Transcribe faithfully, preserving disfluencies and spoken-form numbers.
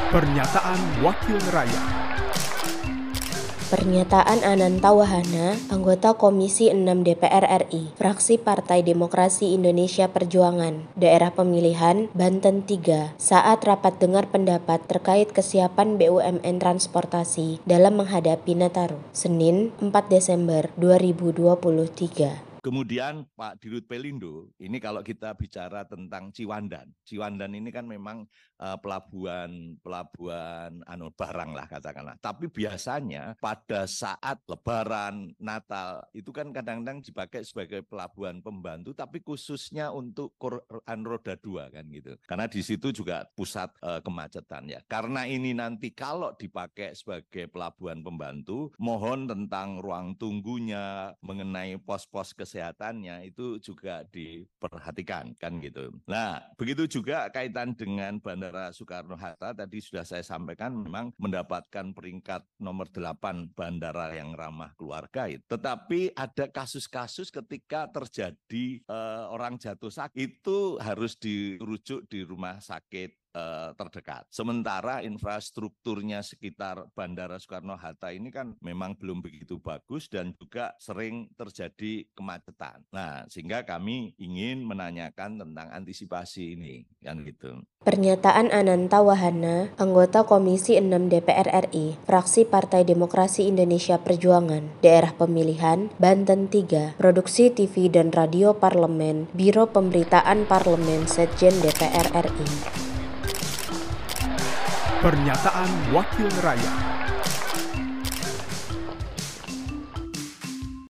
Pernyataan Wakil Rakyat. Pernyataan Ananta Wahana, anggota Komisi enam D P R R I, fraksi Partai Demokrasi Indonesia Perjuangan, daerah pemilihan Banten tiga, saat rapat dengar pendapat terkait kesiapan B U M N transportasi dalam menghadapi Nataru, Senin empat Desember dua ribu dua puluh tiga. Kemudian Pak Dirut Pelindo, ini kalau kita bicara tentang Ciwandan, Ciwandan ini kan memang uh, pelabuhan pelabuhan anu barang lah katakanlah. Tapi biasanya pada saat Lebaran, Natal itu kan kadang-kadang dipakai sebagai pelabuhan pembantu, tapi khususnya untuk Quran roda dua kan gitu. Karena di situ juga pusat uh, kemacetan ya. Karena ini nanti kalau dipakai sebagai pelabuhan pembantu, mohon tentang ruang tunggunya, mengenai pos-pos kesehatan kesehatannya itu juga diperhatikan kan gitu. Nah, begitu juga kaitan dengan Bandara Soekarno-Hatta tadi sudah saya sampaikan memang mendapatkan peringkat nomor delapan bandara yang ramah keluarga itu. Tetapi ada kasus-kasus ketika terjadi uh, orang jatuh sakit itu harus dirujuk di rumah sakit terdekat. Sementara infrastrukturnya sekitar Bandara Soekarno-Hatta ini kan memang belum begitu bagus dan juga sering terjadi kemacetan. Nah, sehingga kami ingin menanyakan tentang antisipasi ini, kan gitu. Pernyataan Ananta Wahana, anggota Komisi enam D P R R I, fraksi Partai Demokrasi Indonesia Perjuangan, daerah pemilihan Banten tiga, produksi T V dan Radio Parlemen, Biro Pemberitaan Parlemen Setjen D P R R I. Pernyataan Wakil Rakyat.